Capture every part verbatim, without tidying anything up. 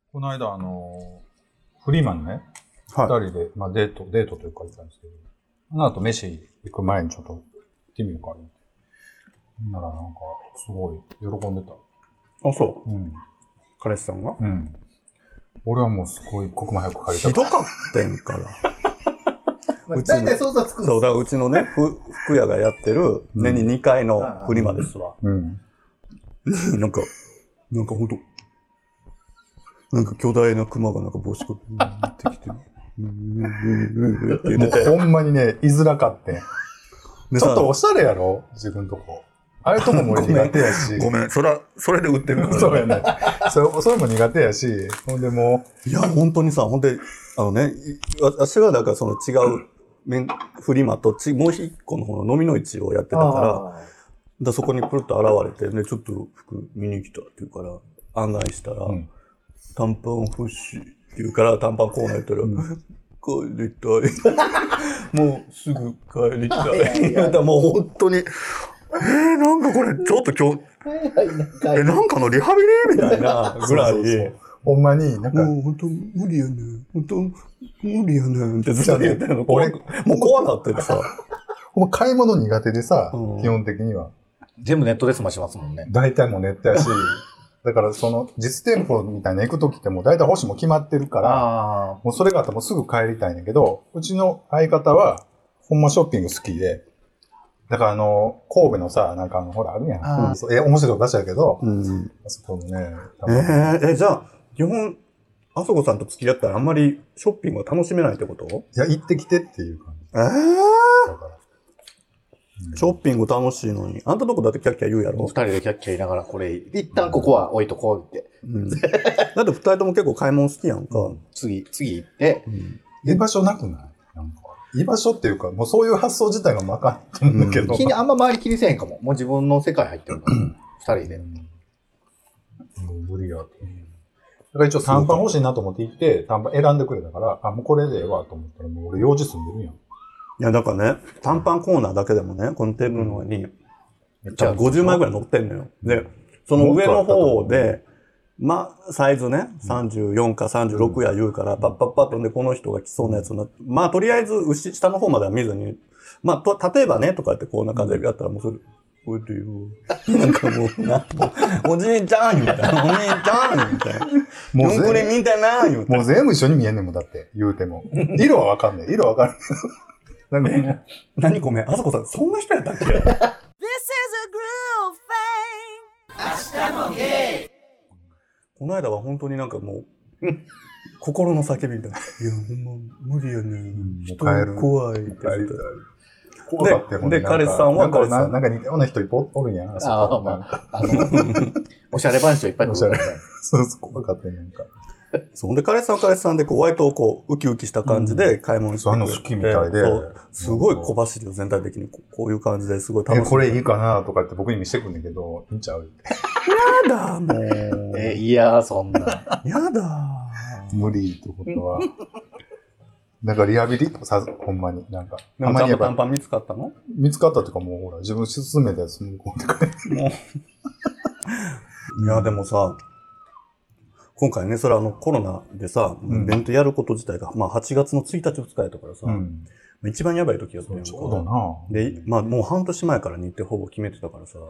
この間、あの、フリーマンね、二、はい、人で、まあデート、デートというか行ったんですけど、その後飯行く前にちょっと行ってみようかな。ならなんか、すごい喜んでた。 あ、そう。 うん。 彼氏さんがうん。俺はもうすごい一刻も早く帰りたひどかったんから。 うち大体想像つくんですよ。 そう、だからうちのね、ふ服屋がやってる年ににかいのフリマですわ。 うん。 なんか、なんかほんと、なんか巨大な熊がなんか帽子かってきて、うんうんうんって言ってて。 ほんまにね、居づらかって。ちょっとおしゃれやろ自分とこ。ああいうとこも俺苦手やし。 ごめん、そら、それで売ってるから。 そうやね。そ, それも苦手やし、ほんでもう。いや、本当にさ、ほんで、あのね、私はなんかその違う面、フリマとち、もう一個の方の飲みの市をやってたから、だそこにプルッと現れて、ね、ちょっと服見に来たって言うから、案内したら、うん、短パン欲しいって言うから、短パンコーナーやったら、うん、帰りたい。もうすぐ帰りたい。いやもう本当に、えー、なんかこれ、ちょっと今日、え、なんかのリハビリみたいなぐらい。そうそうそうほんまに、なんか。 もう本当無理やねん。本当無理やねんってずっと言ってるの。俺、もう怖なっててさ。 ほんま買い物苦手でさ、うん、基本的には。 全部ネットで済ましますもんね。 大体もうネットやし。だからその実店舗みたいな行くときってもう大体欲しいも決まってるから、もうそれがあったらもうすぐ帰りたいんだけど、うちの相方はほんまショッピング好きで、だからあの、神戸のさ、なんかあの、ほらあるやん。うん、え、面白い場所やけど、うん、あそこのね。 えー、え、じゃあ、基本、あそこさんと付き合ったらあんまりショッピングは楽しめないってこと？いや、行ってきてっていう感じ。 えー、だからうん、ショッピング楽しいのに。あんたとこだってキャッキャ言うやろ？ 二人でキャッキャ言いながらこれ、一旦ここは置いとこうって。うん、 だって二人とも結構買い物好きやんか。うん、 次、次行って。 うん、居場所なくない？なんか居場所っていうか、もうそういう発想自体がわかんないんだけど。 うん、あんま周り気にせえへんかも。もう自分の世界入ってるから。二人で。 もう無理やと。だから一応短パン欲しいなと思って行って、短パン選んでくれたから、あ、もうこれでええわと思ったら、もう俺用事済んでるやん。 いや、だからね、短パンコーナーだけでもね、このテーブルの上に、じゃあごじゅうまいぐらい乗ってんのよ。で、その上の方で、まあ、サイズね、さんじゅうよんかさんじゅうろくや言うから、パッパッパッとんで、この人が来そうなやつな、まあ、とりあえず、牛、下の方までは見ずに、まあ、と、例えばね、とかってこんな感じでやったら、もうそれ、こうやって言う。なんかもう、な、おじいちゃんみたいな、お兄ちゃんみたいな。もうこれ見てな言うて。 もう全部一緒に見えんねんもん、だって、言うても。色はわかんねえ。色はわかる。 なんかもう、何ごめん、あそこさん、そんな人やったっけ？ This is a groove thing. 明日もゲイ。この間は本当になんかもう、心の叫びみたいな。いや、ほんま、無理やねん。人怖いって言って。で、で、彼氏さんは彼氏さん。 なんか似たような人いっぱいおるんやん。ああ、まあ、あの、おしゃれ話をいっぱいおしゃれ。 そうそう、怖かったね、なんか。 そう。で、彼氏さんは彼氏さんで、こう、割とこう、ウキウキした感じで買い物してくれて、うん、 好きみたいで。そう。 すごい小走りを全体的にこう、こういう感じですごい楽しい。 え、これいいかなとかって僕に見せてくんねんけど、いいんちゃうって。 やだ、もう。 え、いや、そんな。 やだ。 無理ってことは。なんかリハビリさ、ほんまに。なんか。 たまにやっぱ短パン見つかったの？ 見つかったっていうかもうほら、自分進めたやつ向こうでくれ。もう。いや、でもさ、今回ね、それあのコロナでさ、うん、イベントやること自体が、まあはちがつのついたちふつかやったからさ、うん、一番やばい時やったんやんか。 ちょうどな。 で、まあもう半年前から日程ほぼ決めてたからさ、うん、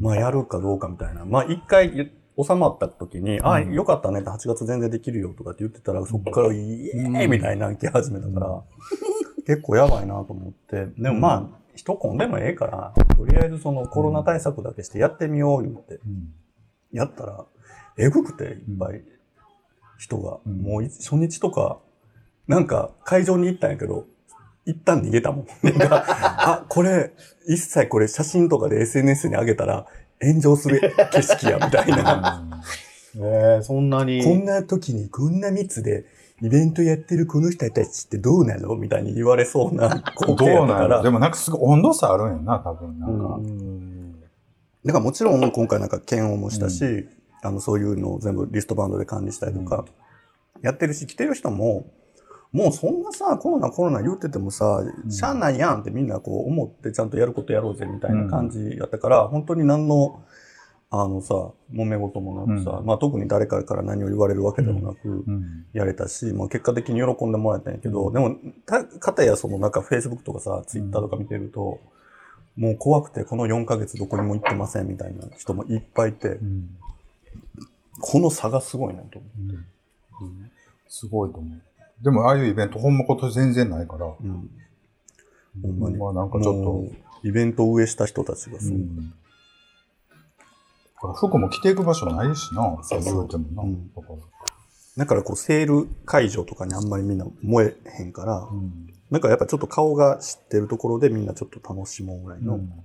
まあやるかどうかみたいな。まあ一回、収まった時に、うん、ああ、よかったねってはちがつ全然できるよとかって言ってたら、そっからイエーイみたいなの来始めたから、うん、結構やばいなと思って。でもまあ、人混んでもええから、とりあえずそのコロナ対策だけしてやってみよう言って、うん、やったら、えぐくていっぱい人が、うん、もう初日とか、なんか会場に行ったんやけど、一旦逃げたもん。なんか、あ、これ、一切これ写真とかで エスエヌエス に上げたら、炎上する景色や、みたいな。 えー、そんなに。 こんな時にこんな密でイベントやってるこの人たちってどうなのみたいに言われそうな光景だから。 でもなんかすごい温度差あるんやな、多分。なんか。うん、 だからもちろん今回なんか検温もしたし、うん、あのそういうのを全部リストバンドで管理したりとか、やってるし、来てる人も、もうそんなさ、コロナコロナ言っててもさ、しゃあないやんってみんなこう思ってちゃんとやることやろうぜみたいな感じやったから、うん、本当に何の、 あのさ、揉め事もなくさ、うん、まあ特に誰かから何を言われるわけでもなく、やれたし、うん、まあ結果的に喜んでもらえたんやけど、うん、でも、た、かたやそのなんか Facebook とかさ、Twitter とか見てると、うん、もう怖くてこのよんかげつどこにも行ってませんみたいな人もいっぱいいて、うん、この差がすごいなと思って、 うんうん。すごいと思う。でもああいうイベントほんま今年全然ないから、うん、 ほんまに。 まあなんかちょっと、イベントを運営した人たちがすごい。うん服も着ていく場所ないしな、そう言うてもな。うん、だからだからこうセール会場とかにあんまりみんな燃えへんから、うん、なんかやっぱちょっと顔が知ってるところでみんなちょっと楽しもうぐらいの。うん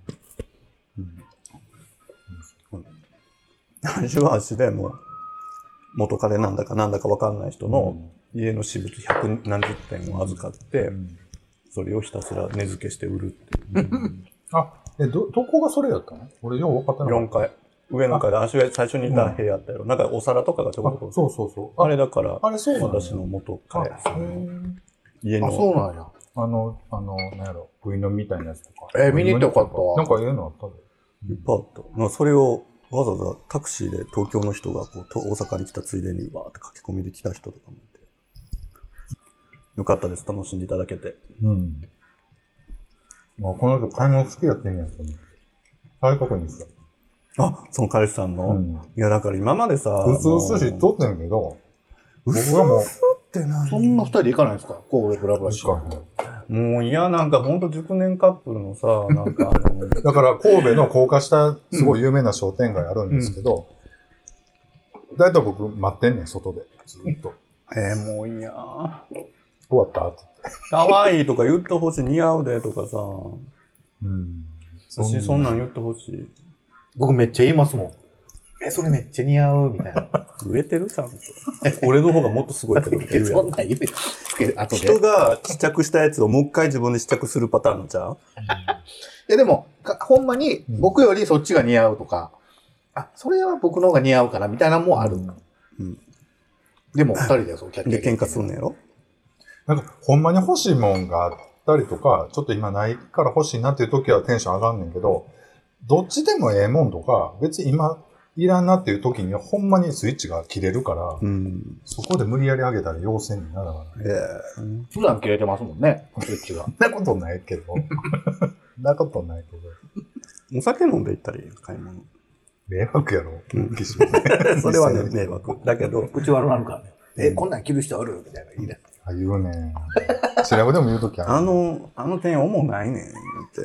うん、足は足でも元彼なんだかなんだかわかんない人の家の私物百何十点を預かって、うん、それをひたすら値付けして売るっていう。うん、 あ、え、ど、どこがそれやったの？俺よう分かってなかった。 よんかい。上の階で、足が最初にいた部屋あったよ。うん、なんかお皿とかがちょこちょこ。 そうそうそう。 あれだから、 あれそうなん私の元彼さん。家の。 あ、そうなんや。 あの、あの、なんやろ、部員のみたいなやつとか。 えー、見に行ってよかったわ。 なんかいうのあったで。 いっぱいあった。まあ、それをわざわざタクシーで東京の人がこう大阪に来たついでにわーって書き込みで来た人とかもいて。よかったです。楽しんでいただけて。うん。 まあ、この人買い物好きやってんやつね。再確認した。 あ、その彼氏さんの、うん、いや、だから今までさ、 普通寿司取ってんけど、 僕はもう、ってない。 そんな二人で行かないんですか？こう、ブラブラして。 もういや、なんかほんと熟年カップルのさ、なんかあの、 だから神戸の高架下、すごい有名な商店街あるんですけど、だいたい僕待ってんねん、外で。ずっと。 えー、もういや終わったって言って。かわいいとか言ってほしい、似合うでとかさ、うん。私そんなん言ってほしい。 僕めっちゃ言いますもん。え、それめっちゃ似合うみたいな。 植えてるちゃんと。俺の方がもっとすごいけど。 そんなん言う後で。 人が試着したやつをもう一回自分で試着するパターンのじゃん。いやでも、ほんまに僕よりそっちが似合うとか、うん、あ、それは僕の方が似合うかなみたいなのもある。うんうん、でも二人でそうキャッキャで喧嘩すんのやろ？ なんか、ほんまに欲しいもんがあったりとか、ちょっと今ないから欲しいなっていう時はテンション上がんねんけど、どっちでもええもんとか、別に今いらんなっていう時にはほんまにスイッチが切れるから、うん、そこで無理やり上げたら陽線にならない。 ええー。普段切れてますもんね、スイッチが。 そんなことないけど。そんなことないけど。お酒飲んで行ったらいいよ、買い物。 迷惑やろ、うん、 それはね、迷惑。だけど、 口悪なるからね。え、こんなん着る人おるみたいな言い出す。 あ、言うね。調べでも言うときある。 あの、あの点思うないねんって。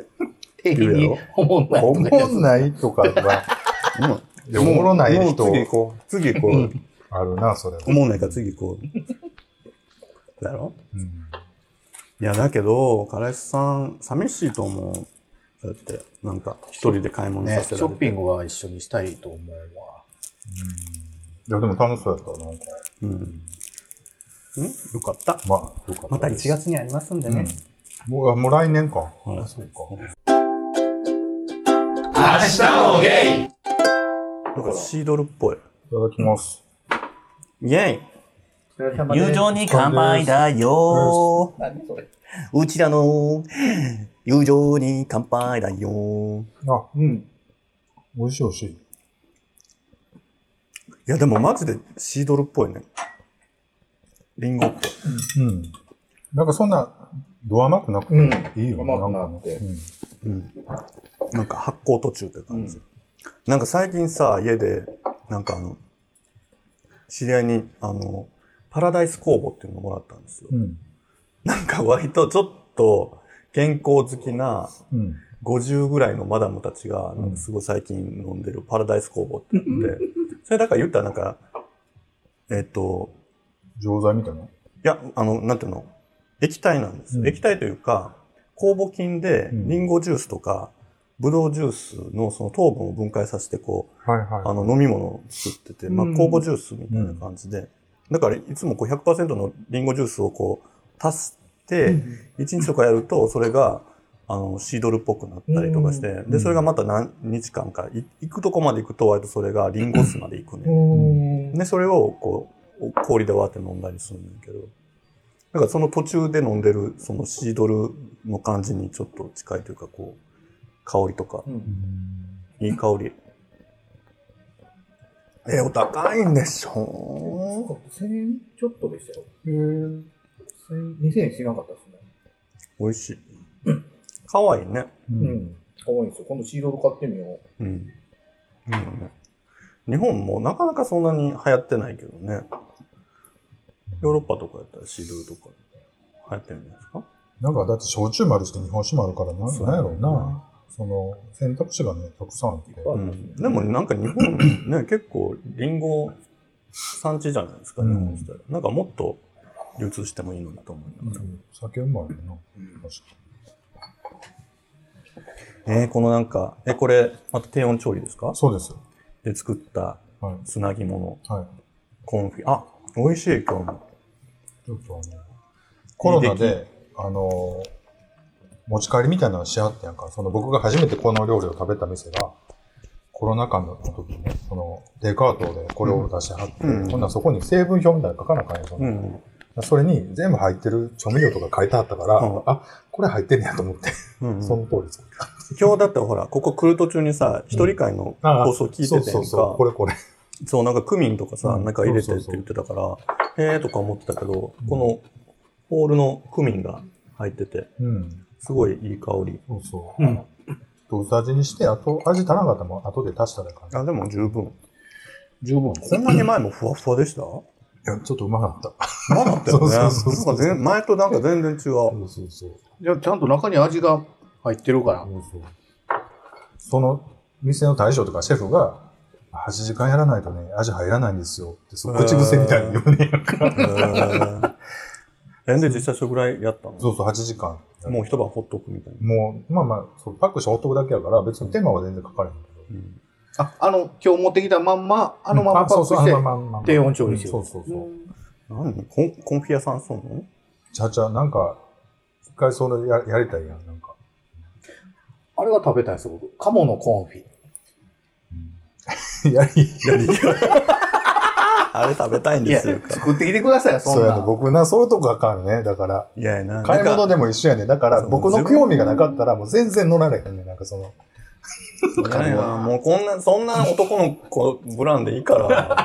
定義に思んないとか。思んないとかは、うん、おもろない人。 次行こう。次行こう。うん、 あるな、それは。 思んないから次行こう。だろ、うん、いや、だけど、彼氏さん、寂しいと思う。だって、なんか、一人で買い物させられて、 ね。ショッピングは一緒にしたいと思うわ。 うん、いや、でも楽しそうやった、なんか。うん。んよかった。 まあ、よかった。 またいちがつにありますんでね。 うん、もう、もう来年か。はい、そうか。 明日もゲイ。 なんかシードルっぽい。いただきます。 イェイ。 友情に乾杯だよ。何それ。うちらの友情に乾杯だよ。 あ、うん。美味しい美味しい。いや、でもマジでシードルっぽいね。リンゴって。 うん。なんかそんな、ど甘くなくて、うん、いいよね。 甘くなって。 うん。うん、なんか発酵途中って感じ。うん、なんか最近さ、家で、なんかあの、知り合いに、あの、パラダイス工房っていうのをもらったんですよ。うん、なんか割とちょっと健康好きなごじゅうぐらいのマダムたちが、なんかすごい最近飲んでるパラダイス工房って言って、それだから言ったらなんか、えっと、 錠剤みたいな？いや、あの、なんていうの？液体なんですよ。うん、液体というか、酵母菌でリンゴジュースとか、ブドウジュースのその糖分を分解させてこう、はいはい、あの飲み物を作ってて、まあ酵母ジュースみたいな感じで、うん、だからいつもこう ひゃくパーセント のリンゴジュースをこう足して、いちにちとかやるとそれがあのシードルっぽくなったりとかして、で、それがまた何日間か行くとこまで行くと割とそれがリンゴ酢まで行くね。で、それをこう氷で割って飲んだりするんだけど、だからその途中で飲んでるそのシードルの感じにちょっと近いというかこう、香りとか、うん、いい香り。 え、お高いんでしょ？ せんえんちょっとでしたよ。へぇ。にせんえんしなかったですね。 美味しい。かわいいね。 うん。かわいいですよ。今度シードル買ってみよう。うん。いいね。日本もなかなかそんなに流行ってないけどね。ヨーロッパとかやったらシードルとか流行ってるんじゃないですか？ なんかだって焼酎もあるし日本酒もあるからな、なんやろうな。その選択肢がね、たくさんあって。 うん、でもなんか日本ね、結構リンゴ産地じゃないですか、日本自体。うん、なんかもっと流通してもいいのにと思いながら。 酒うまいよな、うん、確かに。えー、このなんか、え、これ、また低温調理ですか？ そうです。 で作った砂肝のはい。 コンフィ。あ、美味しい、今日も。 ちょっとあの、コロナで、あの、持ち帰りみたいなのしはってやんか。その僕が初めてこの料理を食べた店が、コロナ禍の時にね、その、テイクアウトでこれを出しはって、うん、今度はそこに成分表みたいなの書かなあかんやん、その、うん、それに全部入ってる調味料とか書いてあったから、うん、あ、これ入ってんねやと思って、うんうん、その通り作った。 今日だってほら、ここ来る途中にさ、一人会の放送聞いててんか、うん、そうそうそう、 これこれ。 そう、なんかクミンとかさ、うん、なんか入れてって言ってたから、へーとか思ってたけど、うん、このホールのクミンが入ってて、うん、すごいいい香り。 そうそう。うん。薄味にして、あと、味足らなかったらも後で足したらいいかな。 あ、でも十分。 十分。 こんなに前もふわふわでした？いや、ちょっとうまかった。 うまかったよね。そうそうそうそう。前となんか全然違う。 そうそうそう。 じゃあ、ちゃんと中に味が入ってるから。そうそう。 その店の大将とかシェフが、はちじかんやらないとね、味入らないんですよって、そう口癖みたいに言うねんやんか。 え、で実際それぐらいやったの？ そうそう、はちじかん。 もう一晩ほっとくみたいな。 もう、まあまあ、そうパックしてほっとくだけやから、別に手間は全然かかるんだけど。うん、 あ、あの、今日持ってきたまんま、あのままパックして、低温調理しよう。そうそうそう。 何コン、コンフィ屋さんそうなの？ ちゃちゃ、なんか、一回それややりたいやん、なんか。 あれが食べたいです、僕。鴨のコンフィ。 やり、やり。 あれ食べたいんですよ。 作ってきてくださいよ、そんな。 そうやね。僕な、そういうとこあかんね。だから。 いやいやな。 買い物でも一緒やね。だから、僕の興味がなかったら、もう全然乗られへんね。なんかその。 いやいや、もうこんな、そんな男の子ブランでいいから。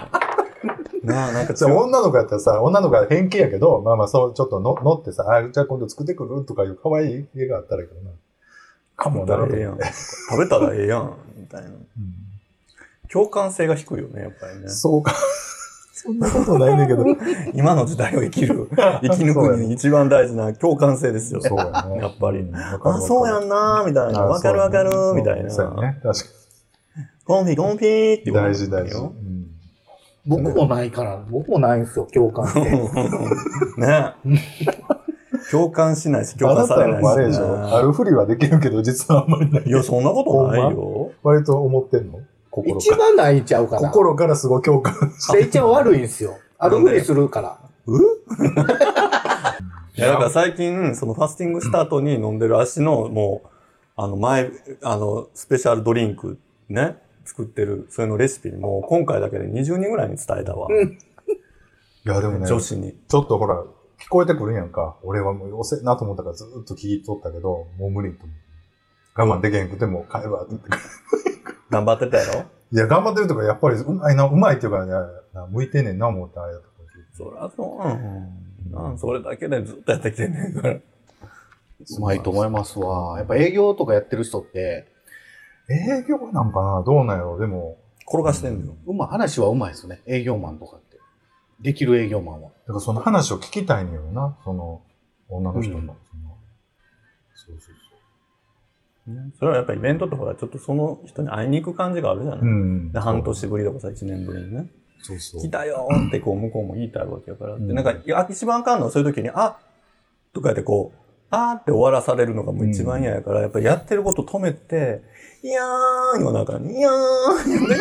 なあ、なんか女の子やったらさ、女の子は偏見やけど、まあまあ、そう、ちょっとの乗ってさ、あ、じゃあ今度作ってくるとかいう可愛い家があったらいいけどな。 かもだええやん。食べたらええやん、みたいな。共感性が低いよね、やっぱりね。 そうか。そんなことないねんけど。 今の時代を生きる、生き抜くに一番大事な共感性ですよ。 そうやね。 やっぱり。あ、そうやんなーみたいな。わかるわかるーみたいな。 そうやね。確かに。 コンフィ、コンフィーって言われる。 大事大事。 僕もないから、僕もないんですよ、共感性。 ね。共感しないし、共感されないし。 あなたのあれでしょ。あるふりはできるけど、実はあんまりない。 いや、そんなことないよ。 割と思ってんの？ 一番泣いちゃうから。 心からすごい共感して。 一番悪いんですよ。あるふりするから。 ういや、だから最近、そのファスティングした後に飲んでる足の、もう、あの、前、あの、スペシャルドリンク、ね、作ってる、それのレシピにもう、今回だけでにじゅうにんぐらいに伝えたわ。うん、いや、でもね、 女子に。 ちょっとほら、聞こえてくるんやんか。俺はもう遅いなと思ったからずっと聞いとったけど、もう無理と思う。我慢できへんくても買えばって言ってくる。 頑張ってたやろ？ いや、頑張ってるとか、やっぱりうまいな、うまいっていうか、いや向いてんねんな、思ってあれだと。 そりゃそう。うん。それだけでずっとやってきてんねんから。うまいと思いますわ。やっぱ営業とかやってる人って、 営業なんかな、どうなんやろ、でも。 転がしてんのよ。 うま、話はうまいですね。営業マンとかって。できる営業マンは。 だからその話を聞きたいんよな、その、女の人の。うん、そうそうそう。 それはやっぱりイベントとかちょっとその人に会いに行く感じがあるじゃない、うん、で半年ぶりとかさ、一年ぶりにね。 そうそう。 来たよーってこう向こうも言いたいわけやから。うん、で、なんか、いや、一番あかんのはそういう時に、あとかやってこう、あーって終わらされるのがもう一番嫌やから、うん、やっぱりやってること止めて、いやーんよ、なんか、いやーん、いや、めっちゃ久しぶりです、元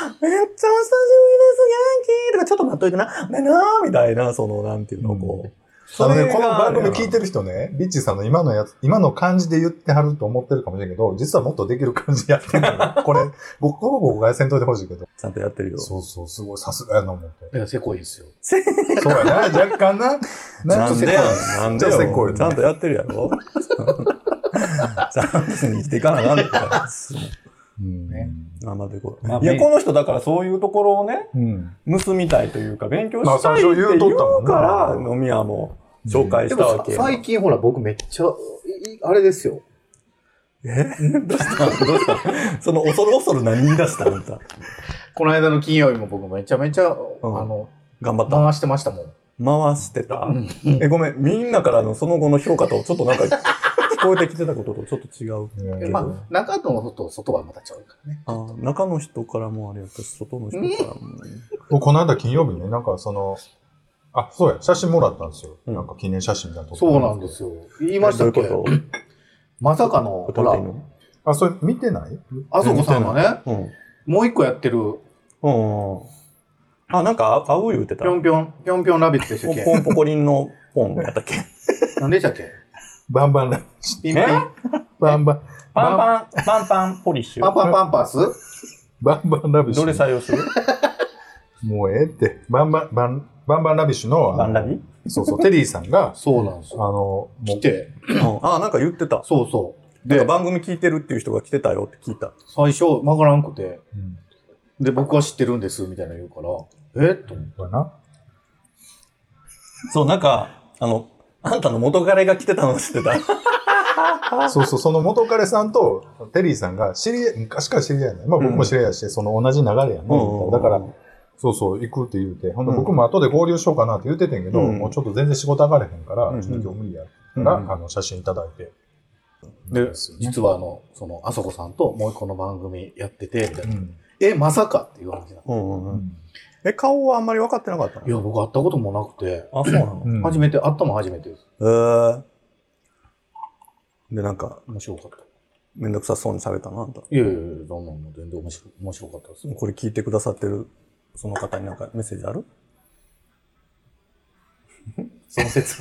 気とか、ちょっと待っといてな、ねなーみたいな、その、なんていうのをこう、うんあのね、この番組聞いてる人ね、ビッチーさんの今のやつ、今の感じで言ってはると思ってるかもしれんけど、実はもっとできる感じでやってるこれ、僕、この僕が先頭でほしいけど。 ちゃんとやってるよ。 そうそう、すごい、さすがやな思って。 いや、せこいですよ。 そうやな、若干な。 なんでやなんでせこい。ちゃんとやってるやろちゃんと生きていかなあかんねんから。 うんねあ、まあ、でこまあいや、この人だからそういうところをね、 うん。 盗みたいというか、勉強まあしたいって最初言うと言ったもんなうから、飲み屋も紹介でもしたわけや。 最近ほら僕めっちゃ、いあれですよ。 えどうしたどうしたその恐る恐る何言い出したあんた。 この間の金曜日も僕めちゃめちゃ、 んあの、 頑張った。 回してましたもん。 回してた、 うんえ、ごめん。みんなからのその後の評価とちょっとなんか聞こえてきてたこととちょっと違うけど。 まあ、中の外と外はまた違うからね。 あ中の人からもあれやったし、外の人からも。 僕この間金曜日ね、なんかその、あ、そうや、写真もらったんですよ。 うんなんか記念写真みたいなとこそうなんですよ。言いましたっけえどういうこまさかの、 とほら、 あ、それ見てないあそこさんがね、 うん。 もう一個やってる、 うん。あ、なんか合う言うてた。 ぴょんぴょん、ぴょんぴょんラビッツでしたっけポンポコリンのポンやったっけ何でしたっけバンバンラビッシピンピン、 えバンバン、 パンパン、パンパンポリッシュ。 パンパンパンパースバンバンラビッシュ。 どれ採用するもうええって。バンバン、バン、バンバンラビッシュの、あのバンラビそうそう、テリーさんが、 そうなんですよ。 あの、もう来て、 うん。あ、なんか言ってた。 そうそう。 なんかで、 番組聞いてるっていう人が来てたよって聞いた。 最初、わからんくて、 うん、 で、僕は知ってるんです、みたいな言うから、えっと思って。 これな。 そう、なんか、あの、あんたの元彼が来てたの知ってた。 そうそう、その元彼さんとテリーさんが知り合い、昔から知り合いね。まあ僕も知り合いやし、その同じ流れやね。 うんだから、そうそう、行くって言うて、ほんで僕も後で合流しようかなって言っててんけど、 うんもうちょっと全然仕事上がれへんから、 うんちょっと今日無理やから、 うんあの、写真いただいて。 で、 ですよね実はあの、その、あそこさんともう一個の番組やってて、みたいうな。 ん。 え、まさかっていう話なの。 うんうんうん。 うんえ、顔はあんまり分かってなかったのいや、僕会ったこともなくて、 あ、そうなの、 うん初めて、会ったも初めてです。 えー。で、なんか、 面白かった。 めんどくさそうに喋ったのあんた。 いやいやいや、どんなんも全然面白い面白かったです。 これ聞いてくださってる、その方になんかメッセージあるその説。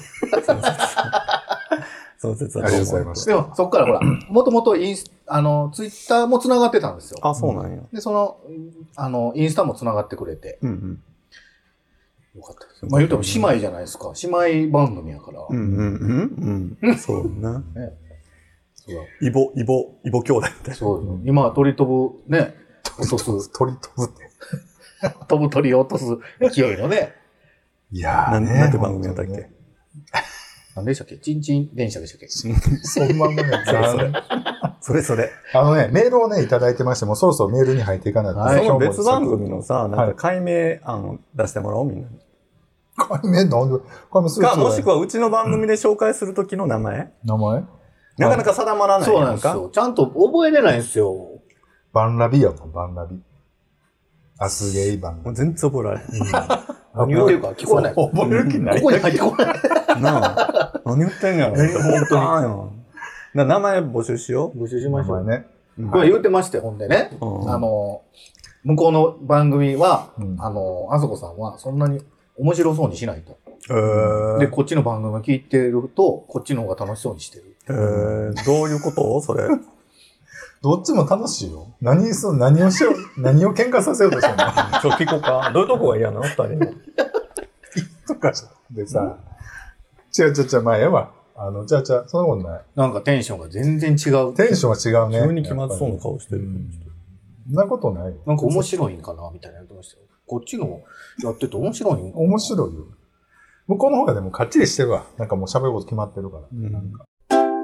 その説はありがとうごどう思ざいうました。 でも、そっからほら、もともとインス、あの、ツイッターも繋がってたんですよ。 あ、そうなんや。 で、その、あの、インスタも繋がってくれて、 うんうん。 よかったです。まあ言うても姉妹じゃないですか。姉妹番組やから。 うんうんうんうん。そうな。 そうだイボ、イボ、イボ兄弟みたいな。 そうよ今、鳥飛ぶ、ね、落とす、 鳥飛ぶって。 飛ぶ鳥を落とす勢いのね、 いやーね。 なんなんて番組やったっけ、 何でしたっけチンチン電車でしたっけそんまんまやそれそれ。それそれ。 あのね、メールをね、いただいてまして、もうそろそろメールに入っていかないと。 はいその別番組のさ、なんはいか解明案を出してもらおう、みんなに。 これね、なんで、これもすぐか、もしくはうちの番組で紹介するときの名前、 名前なかなか定まらないそうやんか。 なんですよ。ちゃんと覚えれないんですよ。 バンラビやもん、バンラビ。アスゲイバンラビ。 もう全然覚えられへん。 何言ってるか聞こえない。こ覚える気ない。 こに入ってこない。 なあ。何言ってんやろ。本当に。な名前募集しよ募集しましょう。 名前ね。 う。 これ言ってまして、ほんでね。 うんあの、向こうの番組は、 うんあの、あそこさんはそんなに面白そうにしないと。 えー、 で、こっちの番組を聞いてると、こっちの方が楽しそうにしてる。 えー、どういうことそれ。 どっちも楽しいよ。何す、何をしよう、何を喧嘩させようとしてんのちょ、聞こうか。どういうとこが嫌なの二人の。 とかでさ、違う違う違う、まあええわ。あの、じゃあじゃあ、そんなことない。 なんかテンションが全然違う。 テンションは違うね。 急に気まずそうな顔してる。 うんそんなことないよ。 なんか面白いんかなみたいなやってましたよ。こっちのやってて面白いんか面白いよ。向こうの方がでもかっちりしてるわ。なんかもう喋ること決まってるから。 うんなんか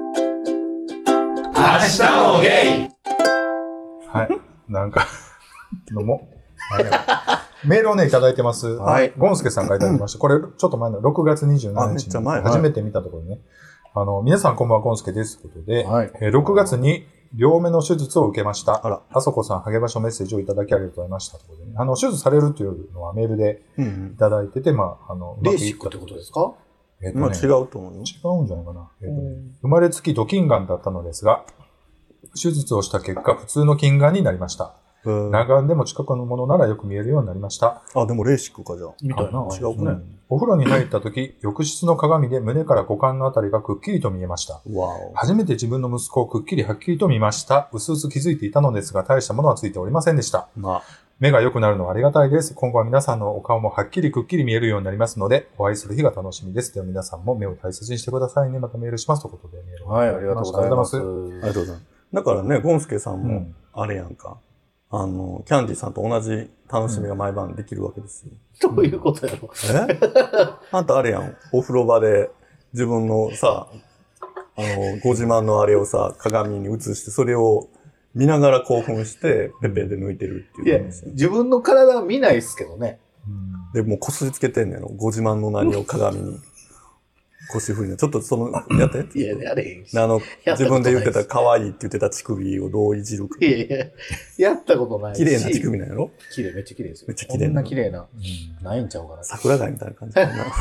明日もゲイはい。なんか、どうも。はいメールをね、いただいてます。 はいゴンスケさんからいただきました。これ、ちょっと前のろくがつにじゅうしちあめっにちにちゃ前初めて見たところね。あの、皆さんこんばんは、ゴンスケです。ということで、 はい。 えーろくがつに両目の手術を受けました。 あら。 あそこさん、励ましのメッセージをいただきありがとうございました。ということでね、あの、手術されるというのはメールでうんいただいてて、まあ、あの、 レーシックってことですかうん。まあえっとね、 違うと思うよ。 違うんじゃないかな。えっとね、生まれつきドキンガンだったのですが、手術をした結果、普通の近眼になりました。 えー裸眼でも近くのものならよく見えるようになりました。 あ、でもレーシックかじゃあ。 みたいな。 違うかね。 お風呂に入った時、浴室の鏡で胸から股間のあたりがくっきりと見えました。 わお。 初めて自分の息子をくっきりはっきりと見ました。うすうす気づいていたのですが、大したものはついておりませんでした。 まあ、 目が良くなるのはありがたいです。今後は皆さんのお顔もはっきりくっきり見えるようになりますので、お会いする日が楽しみです。では皆さんも目を大切にしてくださいね。またメールしますということでメールをはい、ありがとうございます。 ありがとうございます。 だからね、ゴンスケさんも、あれやんか。あの、キャンディさんと同じ楽しみが毎晩できるわけですよ。 どういうことやろえあんたあれやん。お風呂場で自分のさ、あの、ご自慢のあれをさ、鏡に映して、それを見ながら興奮して、ペペで抜いてるっていう。 いや、自分の体は見ないっすけどね。 で、もうこすりつけてんねやろ。ご自慢の何を鏡に。腰振りの。ちょっとその、やって。 いや、やれへんし。 あの、自分で言ってた可愛いって言ってた乳首をどういじるか。 いやいや、やったことないし。 綺麗な乳首なんやろ？ 綺麗、めっちゃ綺麗ですよ。 めっちゃ綺麗な。 こんな綺麗な、ないんちゃうかな。 桜貝みたいな感じかな。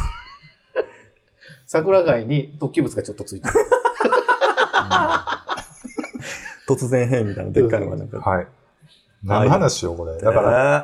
桜貝に突起物がちょっとついてる。 突然変みたいなでっかいのがなんか。 はい。何の話よ、これ。だから、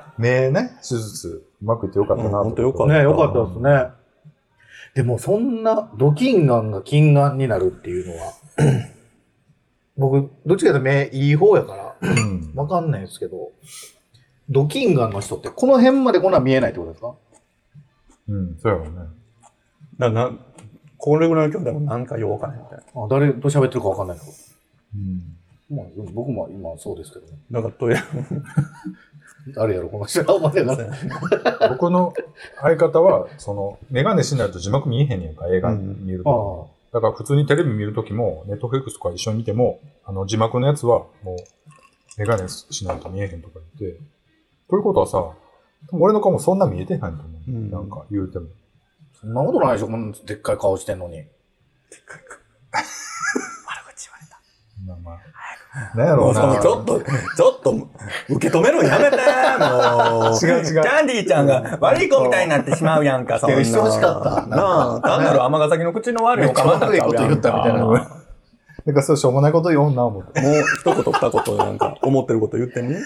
目ね、手術、うまくいってよかったなと。 本当よかった。 ね、よかったですね。でも、そんな、ド近眼が近眼になるっていうのは、僕、どっちかというと目いい方やから、わかんないですけど、ド近眼の人ってこの辺までこんな見えないってことですか？ うん、そうやろうね。 だな、これぐらいの距離でもなんかようわかんないみたいな。 あ、誰と喋ってるかわかんないけど。 うん。 まあ、僕も今そうですけどね。 なんかとりあえず。 あれやろ、この人は思ってなかった。 僕の相方は、その、メガネしないと字幕見えへんねんか、映画見ると。だから普通にテレビ見るときも、ネットフリックスとか一緒に見ても、あの、字幕のやつは、もう、メガネしないと見えへんとか言って、ということはさ、俺の顔もそんな見えてないと思う。うん、なんか言うても。 そんなことないでしょ、こんなでっかい顔してんのに。でっかい顔。 悪口言われた。 まあまあ。なんやろうな。 ちょっと、ちょっと、受け止めるのやめてもう。 違う違う。 キャンディーちゃんが悪い子みたいになってしまうやんか、そんな。 してほしかった。 なあ、単なる尼崎の口の悪いおかまになっちゃうやんか。 言ったみたいな。 なんかそうしょうもないこと言おうな思って。 もう一言二言なんか思ってること言ってみ。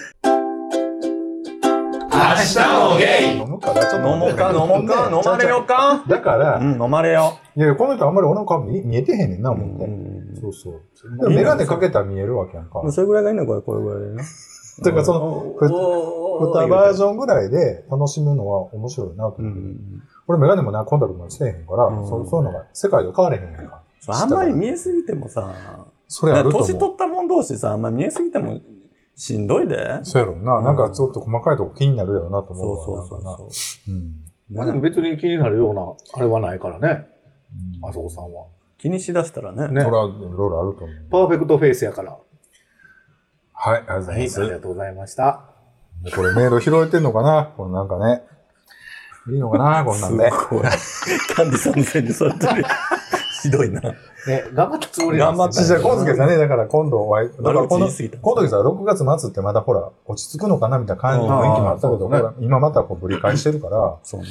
明日もゲイ飲むからちょっと飲もうか飲もうか飲まれよかだから、 うん、飲まれよ。 いや、この人あんまり俺の顔見えてへんねんな、思って。そうそう。でもメガネかけたら見えるわけやんか。 それぐらいがいいのこれ、これぐらいでね。 だからその、ふたバージョンぐらいで楽しむのは面白いなと思って。俺メガネもな、コンタクトもしてへんから、そういうのが世界で変われへんやんか。 あんまり見えすぎてもさ、 それあると思う。 年取ったもん同士さ、あんまり見えすぎてもしんどいで。 そうやろな。なんかちょっと細かいとこ気になるやろなと思う。 そうそうそうそう。 うん。まあでも別に気になるような、あれはないからね。あそこさんは。 気にしだしたらね。 ね。それはいろいろあると思う。 パーフェクトフェイスやから。 はい、ありがとうございます。 はい、ありがとうございました。 これメール拾えてんのかなこれなんかね。いいのかなこんなんで。 すごい。キャンディさんのせいでそうやってる。ひどいな。 ね、頑張ったつもりなんですよ。頑張って。じゃあ、コンスケさんね、だから今度お会い、だからこの、今度さ、ろくがつ末ってまだほら、落ち着くのかなみたいな感じの雰囲気もあったけど、ね、今またこうぶり返してるから、 そうね。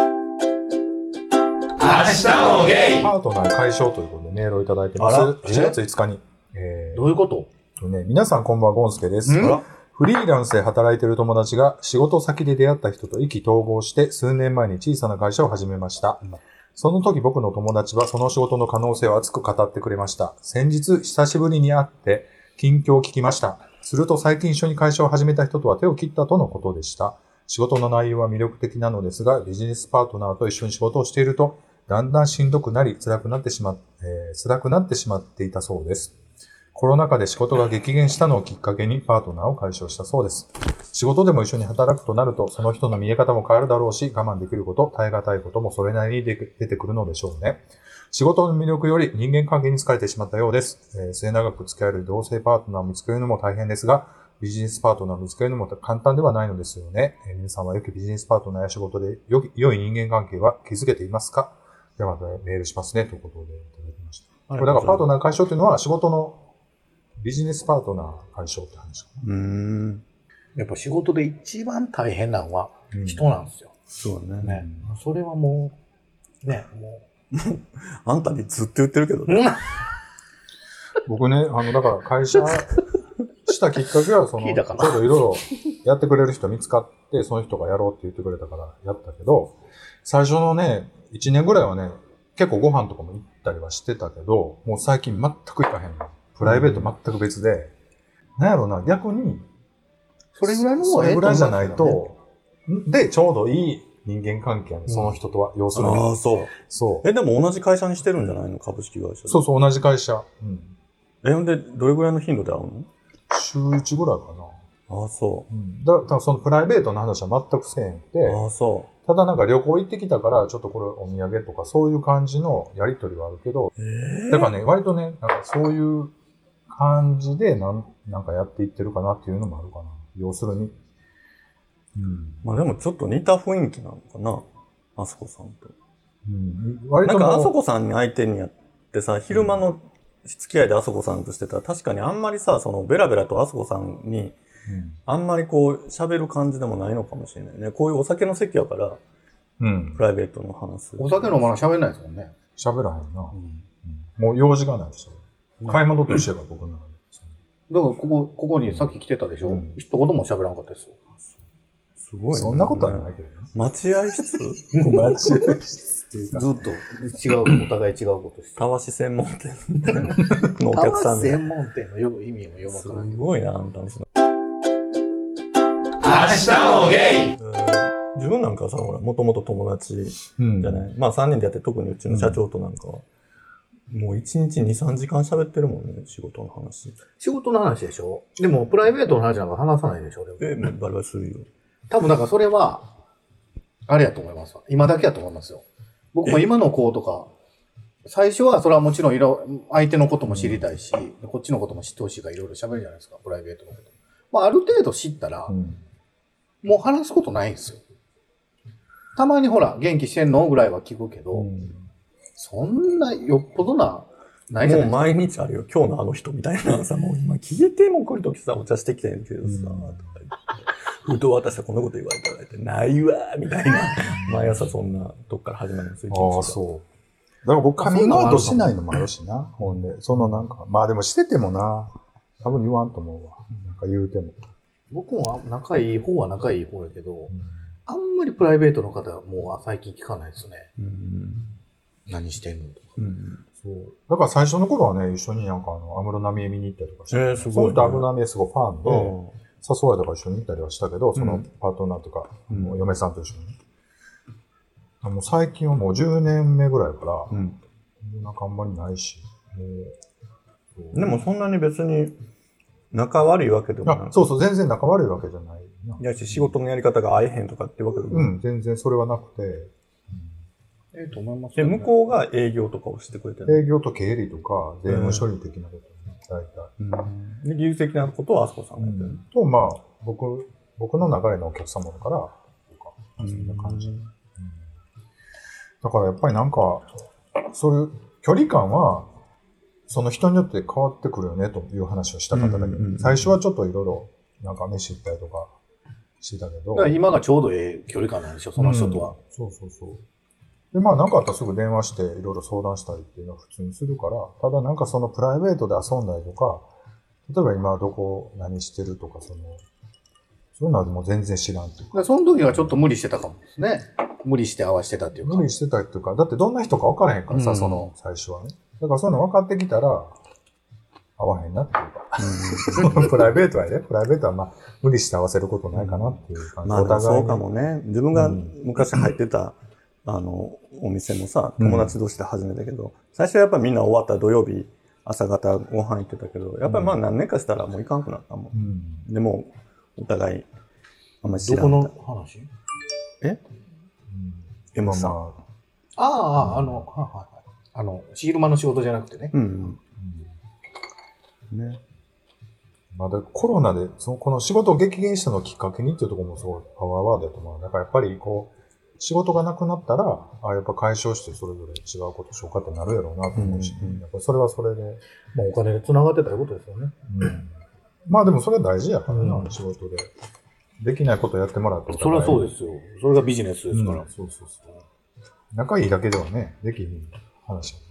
明日もゲイパートナー解消ということでメールをいただいてます。しちがついつかに。 えー、どういうことね、皆さんこんばんは、ゴンスケです。フリーランスで働いている友達が仕事先で出会った人と意気投合して数年前に小さな会社を始めました。うん、その時僕の友達はその仕事の可能性を熱く語ってくれました。先日久しぶりに会って近況を聞きました。すると最近一緒に会社を始めた人とは手を切ったとのことでした。仕事の内容は魅力的なのですが、ビジネスパートナーと一緒に仕事をしていると、だんだんしんどくなり辛くなってしま、えー、辛くなってしまっていたそうです。コロナ禍で仕事が激減したのをきっかけにパートナーを解消したそうです。仕事でも一緒に働くとなると、その人の見え方も変わるだろうし、我慢できること、耐え難いこともそれなりに出てくるのでしょうね。仕事の魅力より人間関係に疲れてしまったようです。えー、末永く付き合える同性パートナーを見つけるのも大変ですが、ビジネスパートナーを見つけるのも簡単ではないのですよね。えー、皆さんは良きビジネスパートナーや仕事で良い、良い人間関係は築けていますか？ではまたメールしますね。ということでいただきました。これだからパートナー解消というのは仕事のビジネスパートナー解消って話かな。 うーん。やっぱ仕事で一番大変なのは人なんですよ。 うん、そうね。 ね。それはもう、ね、もう。 あんたにずっと言ってるけどね。 僕ね、あの、だから会社したきっかけは、その、ちょうどいろいろやってくれる人見つかって、その人がやろうって言ってくれたからやったけど、最初のね、いちねんぐらいはね、結構ご飯とかも行ったりはしてたけど、もう最近全く行かへんの。プライベート全く別で、うん、なんやろうな、逆に、 それぐらいのそれぐらいじゃないと、で、ちょうどいい人間関係やね、うん、その人とは、要するに。 ああ、そう。 そう。 え、でも同じ会社にしてるんじゃないの？株式会社。 そうそう、同じ会社。うん。 え、ほんで、どれぐらいの頻度で会うの？ 週いちぐらいかな。 ああ、そう。 うん、だからそのプライベートの話は全くせえへんて、 ああ、そう。 ただなんか旅行行ってきたから、ちょっとこれお土産とかそういう感じのやりとりはあるけど、 えー、 だからね、割とね、なんかそういう感じでなん、なんかやっていってるかなっていうのもあるかな。要するに。 うん。まあでもちょっと似た雰囲気なのかな。あそこさんと。 うん。割となんかあそこさんに相手にやってさ、昼間の付き合いであそこさんとしてたら、確かにあんまりさ、そのベラベラとあそこさんに、うん、あんまりこう喋る感じでもないのかもしれないね。こういうお酒の席やから、うん、プライベートの話。 お酒飲まな喋んないですもんね。 喋らへんな。うんうん、もう用事がないでしょ。買い物と一緒やから僕の中で。 だからここ、ここにさっき来てたでしょ、うん、一言も喋らんかったですよ。 すごい、ね。そんなことはないけどね。 待合室待合室っていうか。 ずっと違う、お互い違うことして。 たわし専門店のお客さんで。たわし専門店のよ意味もよくわからない。 すごいな、あんたの。 明日もゲイ、 自分なんかさ、ほら、もともと友達じゃない、うん、まあさんにんでやって、特にうちの社長となんかは、うん、もういちにちに、さんじかん喋ってるもんね、仕事の話。 仕事の話でしょ？でも、プライベートの話なんか話さないでしょ？ え、バリバリするよ。 多分、だからそれは、あれやと思いますわ。今だけやと思いますよ。僕も今の子とか、最初はそれはもちろんいろ、相手のことも知りたいし、うん、こっちのことも知ってほしいからいろいろ喋るじゃないですか、プライベートのこと。まあ、ある程度知ったら、うんもう話すことないんですよ。たまにほら、元気してんのぐらいは聞くけど、うん、そんなよっぽどな、ないじゃないですか。 もう毎日あるよ。今日のあの人みたいなさ、もう今聞いても来るときさ、お茶してきてんけどさ、うん、とかふと私はこんなこと言われたらって、ないわみたいな。毎朝そんなとこから始まるんですよ。 ああ、そう。だから僕、カミングアウトしないのもあるしな。ほんで、そのなんか、まあでもしててもな、多分言わんと思うわ。なんか言うても。 僕は仲いい方は仲いい方やけど、うん、あんまりプライベートの方はもう最近聞かないですね。うん、何してんのとか、うん。 そう。だから最初の頃はね、一緒になんかあの、安室奈美恵見に行ったりとかして、 えー、すごい、ね。 その人安室奈美恵すごいファンで、誘われたから一緒に行ったりはしたけど、そのパートナーとか、うん、もう嫁さんと一緒に。あの最近はもうじゅうねんめぐらいから、うん、なんかあんまりないし。 もうでもそんなに別に、仲悪いわけでもない。 そうそう、全然仲悪いわけじゃないな。 いやし、仕事のやり方が合えへんとかってわけでもない。うん、全然それはなくて。うん、 ええと思います、 ね。で、向こうが営業とかをしてくれてる。 営業と経理とか、税務処理的なことね、大体。 うん。で、技術的なことはあそこさんがやってる、うん。 と、まあ、僕、僕の流れのお客様だから、とか、そんな感じ。うん、だからやっぱりなんか、そういう距離感は、その人によって変わってくるよねという話をした方だけど、うんうんうん、最初はちょっといろいろなんか飯行ったりとかしてたけど。 だから今がちょうどええ距離感なんでしょ、その人とは、うん。 そうそうそう。で、まあなんかあったらすぐ電話していろいろ相談したりっていうのは普通にするから、ただなんかそのプライベートで遊んだりとか、例えば今どこ何してるとか、その、そういうのはもう全然知らんっていうか。 その時はちょっと無理してたかもですね。無理して合わせてたっていうか。 無理してたっていうか、だってどんな人か分からへんからさ、うん、その最初はね。だからそういうの分かってきたら、合わへんなっていうか。うん、プライベートはね、プライベートはまあ、無理して合わせることないかなっていう感じ。 まあ、お互いそうかもね。自分が昔入ってた、うん、あの、お店もさ、友達同士で始めたけど、うん、最初はやっぱみんな終わった土曜日、朝方ご飯行ってたけど、やっぱりまあ何年かしたらもう行かんくなったもん。うん、でも、お互い、あんまり知らん。 どこの話え、うん、M さん。 ああ、あの、はいはいはい。あの、昼間の仕事じゃなくてね。うん、 うん。ね。まだコロナで、その、この仕事を激減したのをきっかけにっていうところもすごいパワーワードだと思う。だからやっぱりこう、仕事がなくなったら、あやっぱ解消してそれぞれ違うことしようかってなるやろうなと思うし、うんうん、やっぱりそれはそれで。 まあお金で繋がってたいうことですよね。 うん。まあでもそれは大事やからな、うん、仕事で。できないことやってもらうと。 それはそうですよ。それがビジネスですから。うん、 そうそうそう。仲いいだけではね、できひん話や、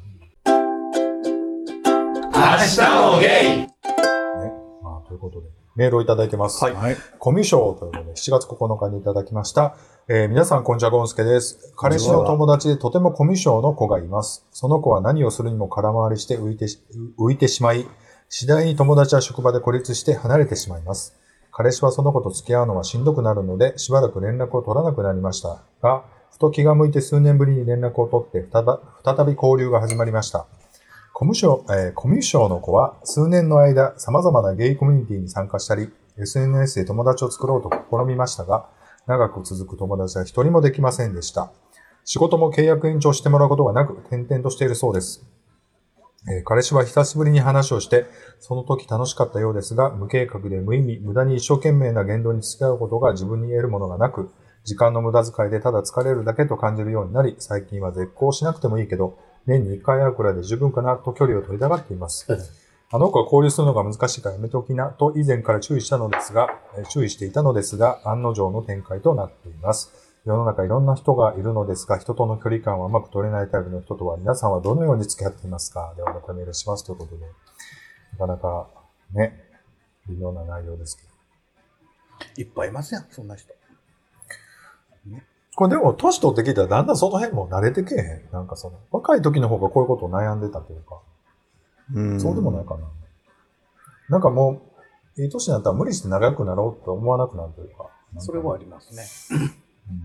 明日もゲイね。 まあ、ということで、メールをいただいてます。 はい。 コミュ障というので、しちがつここのかにいただきました。えー、皆さん、こんにちは、ゴンスケです。彼氏の友達でとてもコミュ障の子がいます。その子は何をするにも空回りして浮いて、浮いてしまい、次第に友達は職場で孤立して離れてしまいます。彼氏はその子と付き合うのはしんどくなるので、しばらく連絡を取らなくなりましたが、ふと気が向いて数年ぶりに連絡を取って再び交流が始まりました。 コミュ障、えー、コミュ障の子は数年の間様々なゲイコミュニティに参加したり、エスエヌエス で友達を作ろうと試みましたが、長く続く友達は一人もできませんでした。仕事も契約延長してもらうことがなく、転々としているそうです。えー、彼氏は久しぶりに話をして、その時楽しかったようですが、無計画で無意味、無駄に一生懸命な言動に付き合うことが自分に得るものがなく、時間の無駄遣いでただ疲れるだけと感じるようになり、最近は絶交しなくてもいいけど、年にいっかい会うくらいで十分かなと距離を取りたがっています。あの子は交流するのが難しいからやめておきなと以前から注意したのですが、注意していたのですが、案の定の展開となっています。世の中いろんな人がいるのですが、人との距離感はうまく取れないタイプの人とは皆さんはどのように付き合っていますか？ではまたメールしますということで、なかなかね、微妙な内容ですけど。いっぱいいますやん、そんな人。 ね、これでも、年取ってきたらだんだんその辺も慣れてけえへん。なんかその、若い時の方がこういうことを悩んでたというか、うんそうでもないかな。なんかもう、いい年になったら無理して仲良くなろうと思わなくなるというか。かそれはありますね。うん、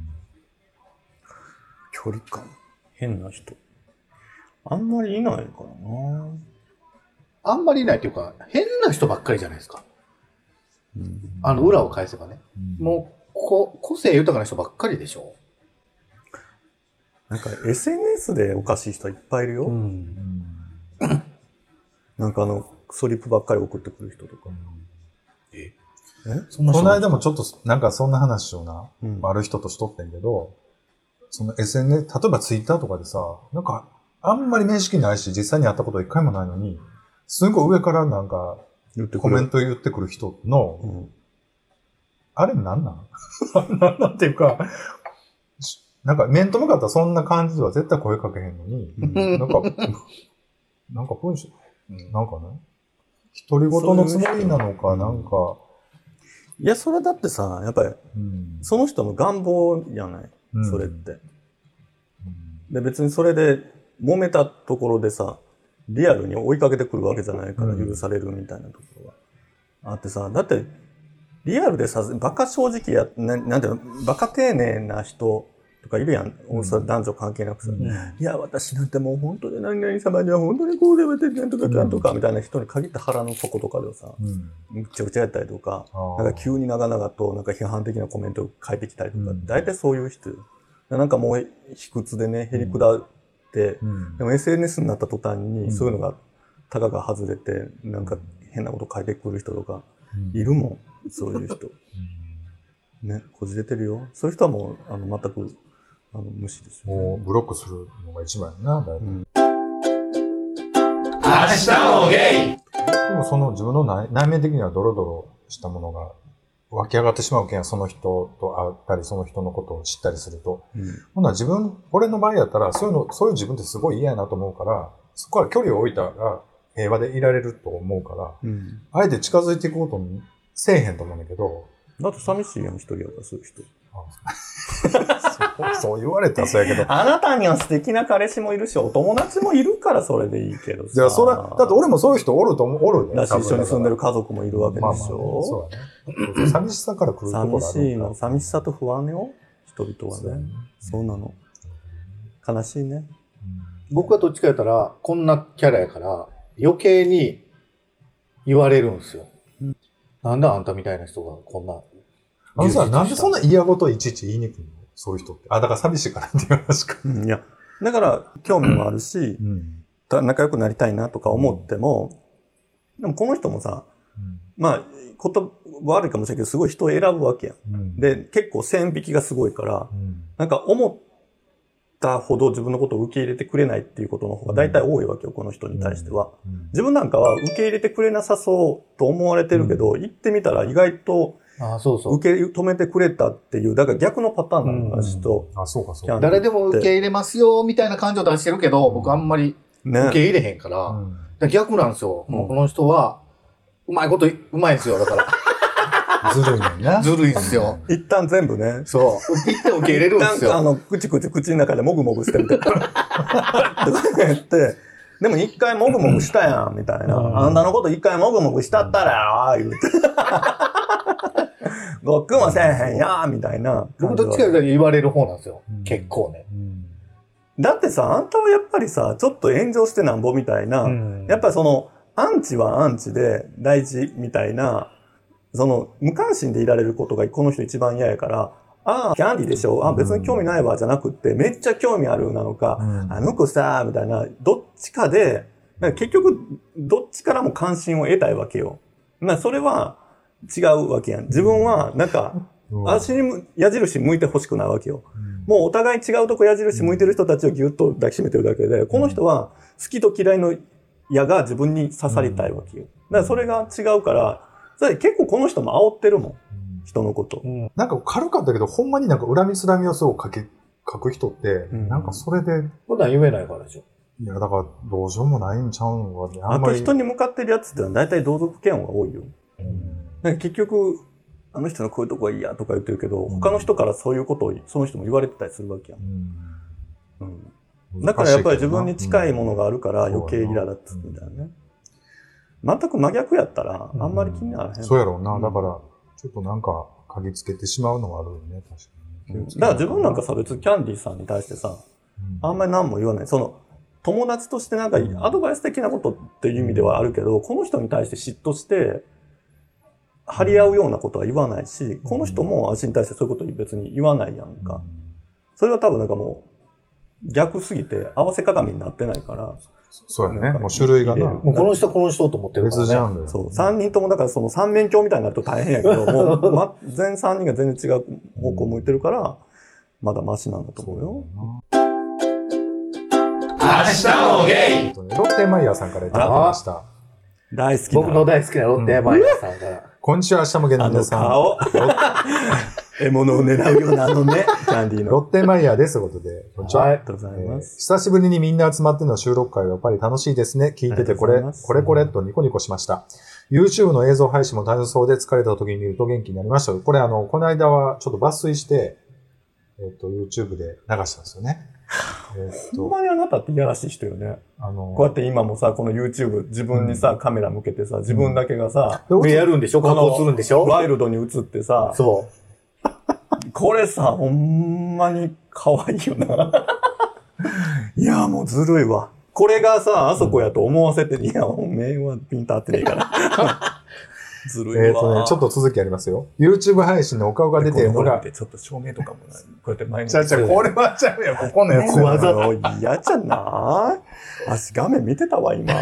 距離感。変な人。あんまりいないからな。 あんまりいないというか、変な人ばっかりじゃないですか。うん、あの、裏を返せばね。うん、もうこ、個性豊かな人ばっかりでしょ。 なんか エスエヌエス でおかしい人いっぱいいるよ。うん、なんかあの、クソリップばっかり送ってくる人とか。 ええそんなこの間もちょっと、なんかそんな話をな、うん、ある人としとってんけど、その エスエヌエス、例えばツイッターとかでさ、なんか、あんまり面識ないし、実際に会ったこと一回もないのに、すごい上からなんか、コメント言ってくる人の、うん、あれなんなんなんなんっていうか、なんか面と向かったらそんな感じでは絶対声かけへんのに、うん、なんか、なんか文章、なんかね、独り言のつもりなのか、なんか。 いや、それだってさ、やっぱり、うん、その人の願望じゃない、うん、それって、うん。で、別にそれで揉めたところでさ、リアルに追いかけてくるわけじゃないから許されるみたいなところがあってさ、だって、リアルでさ、バカ正直や、ななんていうの、バカ丁寧な人とかいるやん。うん、男女関係なくさ、うん。いや、私なんてもう本当に何々様には本当にこうでやってなんとかかんとかみたいな人に限って腹の底とかでさ、うん、むっちゃくちゃやったりとか、なんか急に長々となんか批判的なコメントを書いてきたりとか、大体そういう人。なんかもう卑屈でね、へりくだって、うん、でも エスエヌエス になった途端にそういうのが、タガが外れて、なんか変なこと書いてくる人とか、いるもん、そういう人。ね、こじれてるよ。そういう人はもう、あの、全く、あの、無視ですよ、ね。 もう、ブロックするのが一番やな、だいぶ。うん、 明日もゲイでもその自分の内内面的にはドロドロしたものが湧き上がってしまうけん、その人と会ったり、その人のことを知ったりすると。うん、ほんなら自分、俺の場合やったら、そういうの、そういう自分ってすごい嫌やなと思うから、そこから距離を置いたら平和でいられると思うから、うん、あえて近づいていくことにせえへんと思うんだけど。 だって寂しいやん、一人やからする人。 そう、そう言われたらそうやけど。 あなたには素敵な彼氏もいるし、お友達もいるからそれでいいけどさ。 いや、それは、だって俺もそういう人おると思う、おるね。 だし一緒に住んでる家族もいるわけでしょ。まあまあね、そうだね。寂しさから来るところある。 寂しいの。寂しさと不安よ。人々はね。そうなの。悲しいね。 僕はどっちかやったら、こんなキャラやから、余計に言われるんですよ。うん、なんであんたみたいな人がこんな。 あのさ、なんでそんな嫌事いちいち言いにくいの？そういう人って。あ、だから寂しいからっていう話か。 うん、いや、だから興味もあるし、うん、仲良くなりたいなとか思っても、うん、でもこの人もさ、うん、まあ、言葉悪いかもしれないけど、すごい人を選ぶわけやん。うん、で、結構線引きがすごいから、うん、なんか思ったほど自分のことを受け入れてくれないっていうことの方が大体多いわけよ、この人に対しては。うんうん、自分なんかは受け入れてくれなさそうと思われてるけど、うん、行ってみたら意外と、 ああそうそう。 受け止めてくれたっていう、だから逆のパターンの話と、 うん、あ、そうかそうか。誰でも受け入れますよ、みたいな感情を出してるけど、僕あんまり受け入れへんから、ね、から逆なんですよ。うん、もうこの人は、うまいこと、うまいんですよ、だから。 ずるいねんな。 ずるいんですよ。 一旦全部ね。 そう。一旦受け入れるんですよ。 あの、くちくち口の中でもぐもぐしてみて。とか言って、でも一回もぐもぐしたやん、みたいな。うん、あんたのこと一回もぐもぐしたったらよ、言うて。ごっくんはせえへんや、みたいな。 僕どっちかというと言われる方なんですよ。うん、結構ね。 だってさ、あんたはやっぱりさ、ちょっと炎上してなんぼみたいな、うん、やっぱりその、アンチはアンチで大事みたいな、その、無関心でいられることがこの人一番嫌やから、ああ、キャンディーでしょあ、別に興味ないわ、じゃなくって、めっちゃ興味あるなのか、うん、あの子さ、みたいな、どっちかで、結局、どっちからも関心を得たいわけよ。まあ、それは違うわけやん。自分は、なんか、足に矢印向いて欲しくないわけよ。うん、もうお互い違うとこ矢印向いてる人たちをギュッと抱きしめてるだけで、この人は好きと嫌いの矢が自分に刺さりたいわけよ。だからそれが違うから、それ結構この人も煽ってるもん。人のこと。 うん、なんか軽かったけど、ほんまになんか恨みつらみをすごく書き、書く人って、うん、なんかそれで。 普段言えないからでしょ。 いや、だからどうしようもないんちゃうのかね。 あんまり。あと人に向かってるやつってのは大体同族嫌悪が多いよ。うん、なんか結局、あの人のこういうとこがいいやとか言ってるけど、うん、他の人からそういうことをその人も言われてたりするわけやん。うんうん、だからやっぱり自分に近いものがあるから余計イラだっつみたいなね。全く真逆やったらあんまり気にならへん。 うん、そうやろうな。だからちょっとなんか嗅ぎつけてしまうのがあるよね、確かに。 うん、だから自分なんかさ、別にキャンディーさんに対してさ、うん、あんまり何も言わない。その友達としてなんかアドバイス的なことっていう意味ではあるけど、この人に対して嫉妬して、張り合うようなことは言わないし、この人も足に対してそういうこと別に言わないやんか。それは多分なんかもう逆すぎて合わせ鏡になってないから。 そうやね。もう種類がな。 もうこの人この人と思ってるからね。 別じゃんだよ。 そう。三人ともだからその三面鏡みたいになると大変やけど、もう、ま、全三人が全然違う方向向いてるから、まだマシなんだと思うよ。 明日もゲイ。 ロッテマイヤーさんからいただきました。 大好きな。 僕の大好きなロッテマイヤーさんから。 こんにちは、明日もゲイの皆さん。 あの顔。獲物を狙うようなあのね、キャンディーの。 ロッテマイヤーです。ということで、こんにちは。 ありがとうございます、 えー。久しぶりにみんな集まっての収録会がやっぱり楽しいですね。聞いててこれ、これこれとニコニコしました。YouTube の映像配信も楽しそうで疲れた時に見ると元気になりました。これあの、この間はちょっと抜粋して、えっと、YouTube で流したんですよね。 えっと、ほんまにあなたっていやらしい人よね。あのー、こうやって今もさ、この YouTube 自分にさ、うん、カメラ向けてさ、自分だけがさ、 うん、やるんでしょ？加工するんでしょ？ ワイルドに映ってさ、 そう。 これさ、ほんまに可愛いよな。いや、もうずるいわ。これがさ、あそこやと思わせて、うん、いや、目はピンと合ってねえから。ずるいわ。 えっとね、ちょっと続きありますよ。YouTube 配信のお顔が出てるのが。 ちょっと照明とかもない。こうやって前に。 ちゃちゃ、これはちゃうよ。ここのやつ。 わざわざ。嫌じゃない足画面見てたわ、今。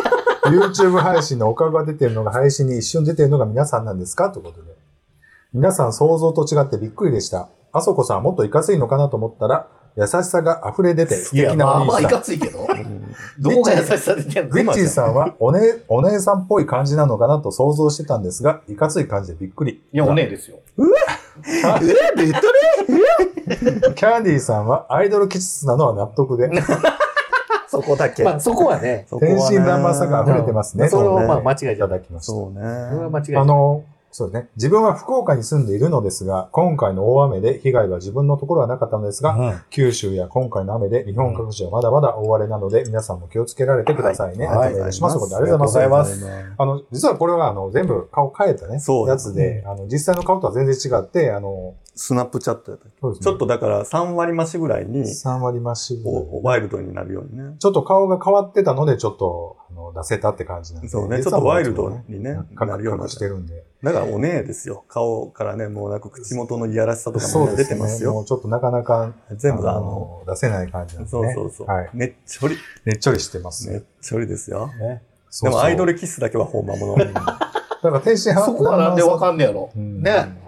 YouTube 配信のお顔が出てるのが配信に一瞬出てるのが皆さんなんですかということで。皆さん想像と違ってびっくりでした。あそこさんもっといかついのかなと思ったら、優しさが溢れ出て素敵なお兄さん。 いや、まあまあいかついけど。どこが優しさ出てんの？ グッチーさんはお姉、お姉さんっぽい感じなのかなと想像してたんですが、いかつい感じでびっくり。 いや、お姉ですよ。 うわえベトレキャンディーさんはアイドル気質なのは納得で。 そこだけ。 まあそこはね。 天真爛漫さが溢れてますね。 それはまあ間違いいただきました。 そうね。それは間違いあの、そうですね。自分は福岡に住んでいるのですが、今回の大雨で被害は自分のところはなかったのですが、うん、九州や今回の雨で日本各地はまだまだ大荒れなので、皆さんも気をつけられてくださいね。はい、お願いします。ありがとうございます。あの、実はこれはあの、全部顔変えたね、やつで、あの、実際の顔とは全然違って、あの、 スナップチャットやったっけ、ね、ちょっとだからさん割増しぐらいに、 さん割増しぐらい。 ワイルドになるようにね。 ちょっと顔が変わってたので、ちょっと、あの、出せたって感じなんで。 そうね、ちょっとワイルドにね、 なるようにしてるんで。 だからお姉ですよ。顔からね、もうなんか口元のいやらしさとかも出てますよ。 そうですね。もうちょっとなかなか、 全部あの、 出せない感じなんですね。 そうそうそう。はい。ねっちょり。 ねっちょりしてます。 ねっちょりですよ。ね。でもアイドルキスだけはほんまもの。だから天津飯。 そこはなんでわかんねやろ。ね。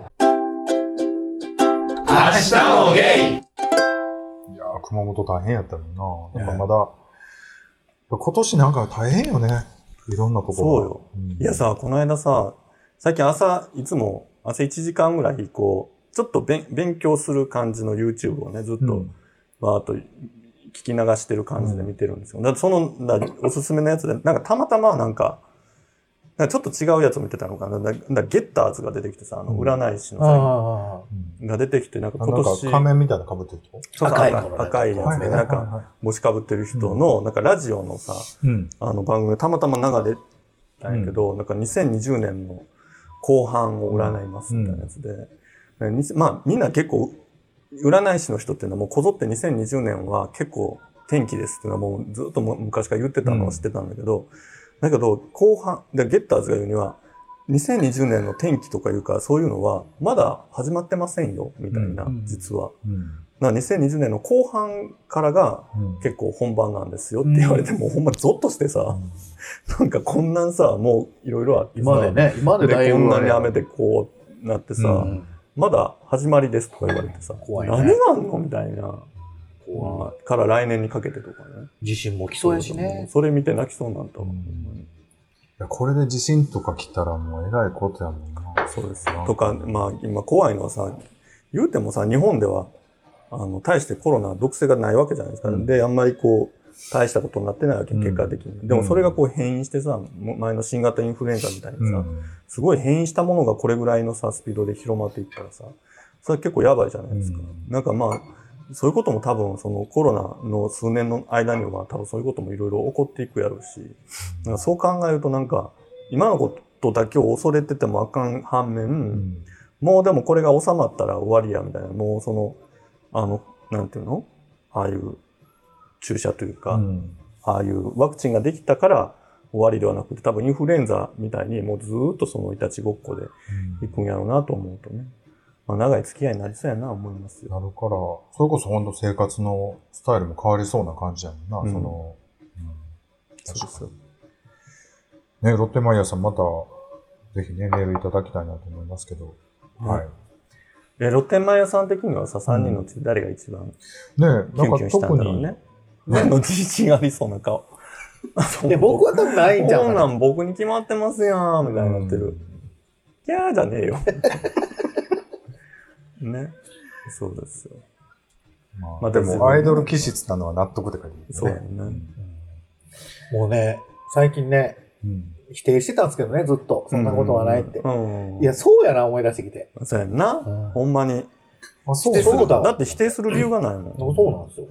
明日もゲイ。いやー、熊本大変やったのにな。なんかまだ、今年なんか大変よね。いろんなところ。 そうよ。うん、いやさ、この間さ、最近朝、いつも朝いちじかんぐらい、こう、ちょっと勉強する感じの YouTube をね、ずっと、わーっと聞き流してる感じで見てるんですよ。だからその、だおすすめのやつで、なんかたまたまなんか、なんかちょっと違うやつを見てたのかな。だからゲッターズが出てきてさ、あの、占い師のさ、が出てきて、なんか今年。 なんか仮面みたいな被ってる人？ そう赤い。赤いやつで、なんか、帽子被ってる人の、なんかラジオのさ、あの番組たまたま流れたんやけど、なんかにせんにじゅうねんの後半を占いますみたいなやつで、まあみんな結構占い師の人っていうのはもうこぞってにせんにじゅうねんは結構天気ですっていうのはもうずっと昔から言ってたのは知ってたんだけど、うん、だけど後半、でゲッターズが言うには、にせんにじゅうねんの天気とかいうかそういうのはまだ始まってませんよ、みたいな、うん、実は。うん、だからにせんにじゅうねんの後半からが結構本番なんですよって言われて、もうほんまゾッとしてさ、うん、なんかこんなんさ、もういろいろあってさ、 今でね、今でだいぶこんなに雨でこうなってさ、うん、まだ始まりですとか言われてさ、怖いね、何があんのみたいな。怖い。から来年にかけてとかね。 地震も来そうやしね。 それ見て泣きそうになったわ。うん、いやこれで地震とか来たらもうえらいことやもんな。 そうです。とか、まあ今怖いのはさ、言うてもさ、日本では、あの、大してコロナ毒性がないわけじゃないですか。うん、で、あんまりこう、大したことになってないわけ、結果的に。うん、でもそれがこう変異してさ、前の新型インフルエンザみたいにさ、うん、すごい変異したものがこれぐらいのさ、スピードで広まっていったらさ、それ結構やばいじゃないですか。うん、なんかまあ、そういうことも多分そのコロナの数年の間には多分そういうこともいろいろ起こっていくやろうし、なんかそう考えるとなんか、今のことだけを恐れててもあかん反面、うん、もうでもこれが収まったら終わりやみたいな、もうその、あの、なんていうの？ああいう注射というか、うん、ああいうワクチンができたから終わりではなくて、多分インフルエンザみたいにもうずーっとそのいたちごっこで行くんやろうなと思うとね。まあ長い付き合いになりそうやな思いますよ。 なるから、それこそ本当生活のスタイルも変わりそうな感じやもんな、うん、その、うん、 そうですよ。 ね、ロッテマイヤーさんまた、ぜひね、メールいただきたいなと思いますけど。うん、はい。 え、ロッテマイヤーさん的にはさ、さんにんのうち誰が一番、ね、 キュンキュンしたんだろうね。ね、の自信ありそうな顔。 で、僕は多分ないんじゃん。 こんなん僕に決まってますやん、みたいになってる。キャーじゃねえよ。ね。そうですよ。 まあ、まあ、でも、アイドル気質なのは納得って書いてる、ね。 そうやね、うん。 もうね、最近ね、うん、否定してたんですけどね、ずっと。そんなことはないって。うんうん、いや、そうやな、思い出してきて。 そうやんな。うん、ほんまに。 あ、そうそうだ。 だって否定する理由がないもん。 そうなんですよ。うん、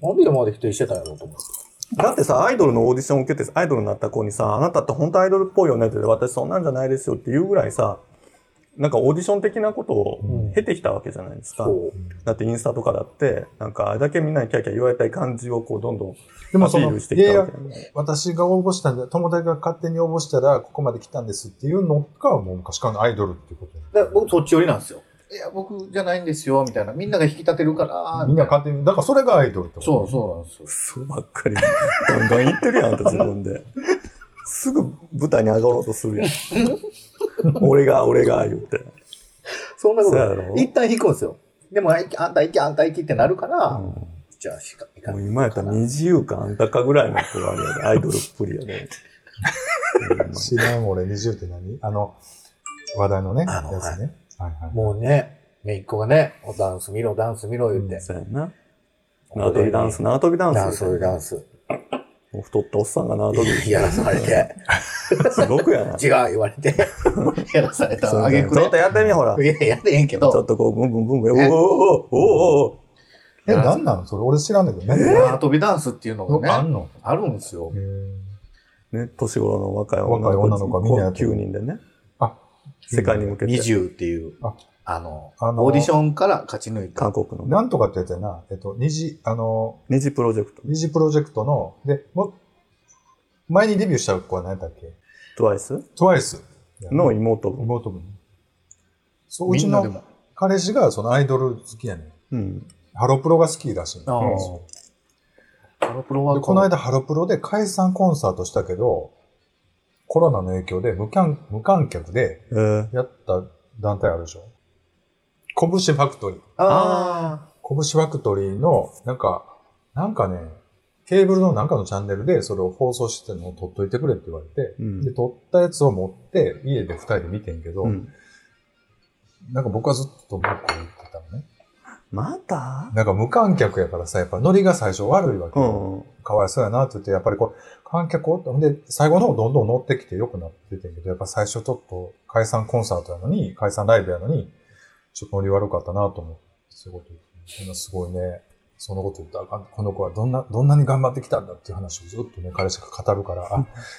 なんで今まで否定してたんやろうと思って。 だってさ、アイドルのオーディションを受けて、アイドルになった子にさ、あなたって本当アイドルっぽいよねって、私そんなんじゃないですよっていうぐらいさ、なんかオーディション的なことを経てきたわけじゃないですか。うん、だってインスタとかだって、なんかあれだけみんなにキャーキャー言われたい感じをこうどんどんアピールしてきたわけじゃない。 私が応募したんで、友達が勝手に応募したらここまで来たんですっていうのがもう昔からのアイドルっていうこと。 だから僕そっち寄りなんですよ。いや、僕じゃないんですよ、みたいな。みんなが引き立てるから。 みんな勝手に。だからそれがアイドルってこと。 そう、そうなんですよ。 そうばっかり。ガンガン言ってるやん、あんた自分で。すぐ舞台に上がろうとするやん。俺が、俺が、言って。 そんなことない。一旦引くんですよ。でも、あんた行き、あんた行きってなるから、うん、じゃあ、しか行かない。 もう今やったら二自由かあんたかぐらいの子があるよね。アイドルっぷりやね。 知らん、俺、二十って何？あの、話題のね、 あのやつね。 はいはい、もうね、めいっ子がね、ダンス見ろ、ダンス見ろ言って。うん、 そうやな。縄跳びダンス、縄跳びダンス。 縄跳びダンス。 もう太ったおっさんが縄跳び。 やらされて。 すごくやな。 違う、言われて。やらされた。あげくちょっとやってみ、ほら。 いや、やってへんけど。 ちょっとこう、ブンブンブンブン。おーおーおーおーえ、なんなのそれ俺知らんだけどね。 縄跳びダンスっていうのがね。 あんのあるんですよ。 ね、年頃の若い女の子みんなきゅうにんでね。あ、世界に向けて。 にじゅうっていう。ああの、あのー、オーディションから勝ち抜いた。 韓国の。 なんとかってやつやな。えっと、二次、あのー、二次プロジェクト。 二次プロジェクトの、で、も、前にデビューした子は何だっけ？ トワイス？ トワイス。 の妹分。 妹分。そう、うちの彼氏がそのアイドル好きやねん。うん。ハロプロが好きらしいんですよ。 ハロプロはこの間ハロプロで解散コンサートしたけど、コロナの影響で無観、無観客でやった団体あるでしょ？拳ファクトリー。ああ。拳ファクトリーの、なんか、なんかね、ケーブルのなんかのチャンネルでそれを放送してるのを撮っといてくれって言われて、うん、で、撮ったやつを持って家で二人で見てんけど、うん、なんか僕はずっと文句を言ってたのね。 またなんか無観客やからさ、やっぱノリが最初悪いわけよ。うん、かわいそうやなって言って、やっぱりこう、観客を、ほんで、最後の方どんどん乗ってきて良くなっててんけど、やっぱ最初ちょっと解散コンサートやのに、解散ライブやのに、ちょっとノリ悪かったなと思って、そういうこと言って、すごいね、そのこと言ったら、この子はどんな、どんなに頑張ってきたんだっていう話をずっとね、彼氏が語るから、あ、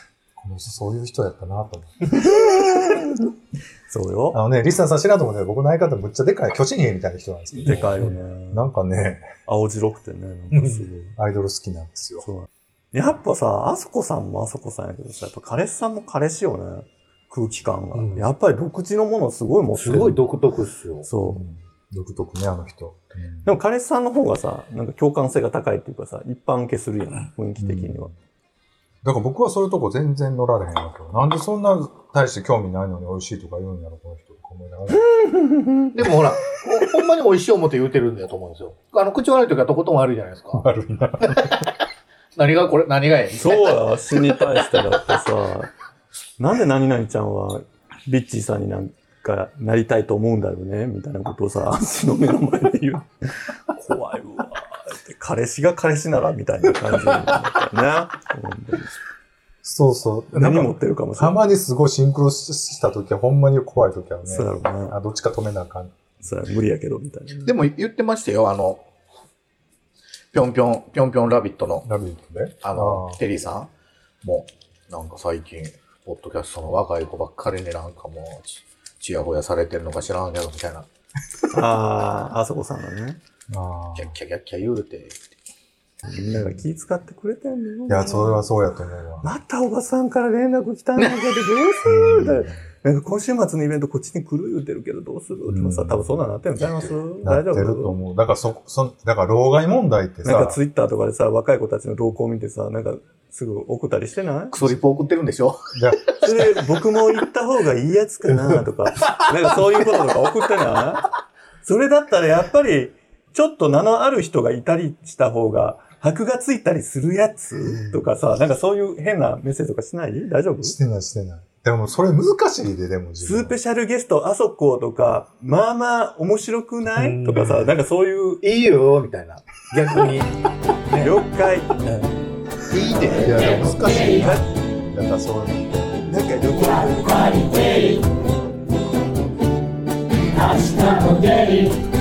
そういう人やったなと思って。 そうよ。 あのね、リスナーさん知らんと思うんだけど、僕の相方むっちゃでかい巨人兵みたいな人なんですけど。 でかいよね。 なんかね、 青白くてね、なんかすごい。 アイドル好きなんですよ。 そうやっぱさ、あそこさんもあそこさんやけどさ、やっぱ彼氏さんも彼氏よね。空気感が。うん、やっぱり独自のものすごい持ってる。 すごい独特っすよ。 そう。うん、 独特ね、あの人。 うん、でも彼氏さんの方がさ、なんか共感性が高いっていうかさ、一般受けするやん、雰囲気的には。うん、 だから僕はそういうとこ全然乗られへんわけよ。なんでそんな大して興味ないのに美味しいとか言うんやろ、この人とか思いながら。 でもほら、ほんまに美味しい思って言うてるんだと思うんですよ。あの、口悪い時はとことん悪いじゃないですか。 悪いな。 何がこれ、何がええそうや、わしに対してだってさ、なんで何々ちゃんは、ビッチーさんになんかなりたいと思うんだよねみたいなことをさ、あんちの目の前で言う。怖いわ。彼氏が彼氏ならみたいな感じなんだよね。 そうそう。 何持ってるかもしれない。 たまにすごいシンクロした時はほんまに怖い時はね。 そうやろうね。 あ、どっちか止めなあかん。 そうや、無理やけどみたいな。 でも言ってましたよ、あの、ぴょんぴょん、ぴょんぴょんラビットの。 ラビットであの、あテリーさんも、なんか最近、ポッドキャストの若い子ばっかりになんかもうち、ちやほやされてるのか知らんけど、みたいな。 ああ、あそこさんがね。 ああ。 キャッキャキャッキャ言うて。 みんなが気遣ってくれてんのよ。 いや、それはそうやと思うわ。 またおばさんから連絡来たんだけど、どうするみたいな。なんか今週末のイベントこっちに来る言うてるけど、どうするってもさ、多分そんななってんのちゃいます？ 大丈夫？なってると思う。だからそ、そ、だから老害問題ってさ。 なんかツイッターとかでさ、若い子たちの動向を見てさ、なんかすぐ送ったりしてない？ クソリポ送ってるんでしょ？ それ僕も行った方がいいやつかなとか、なんかそういうこととか送ってないそれだったらやっぱり、ちょっと名のある人がいたりした方が、箔がついたりするやつとかさ、なんかそういう変なメッセージとかしない？大丈夫？ してないしてない。でもそれ難しいで、でも自分。 スペシャルゲストあそことか、まあまあ面白くないとかさ、なんかそういう。 いいよ、みたいな。逆に。 了解。 いいで。 いや、でも難しい。だからそういうの。 なんか了解。 明日もゲイ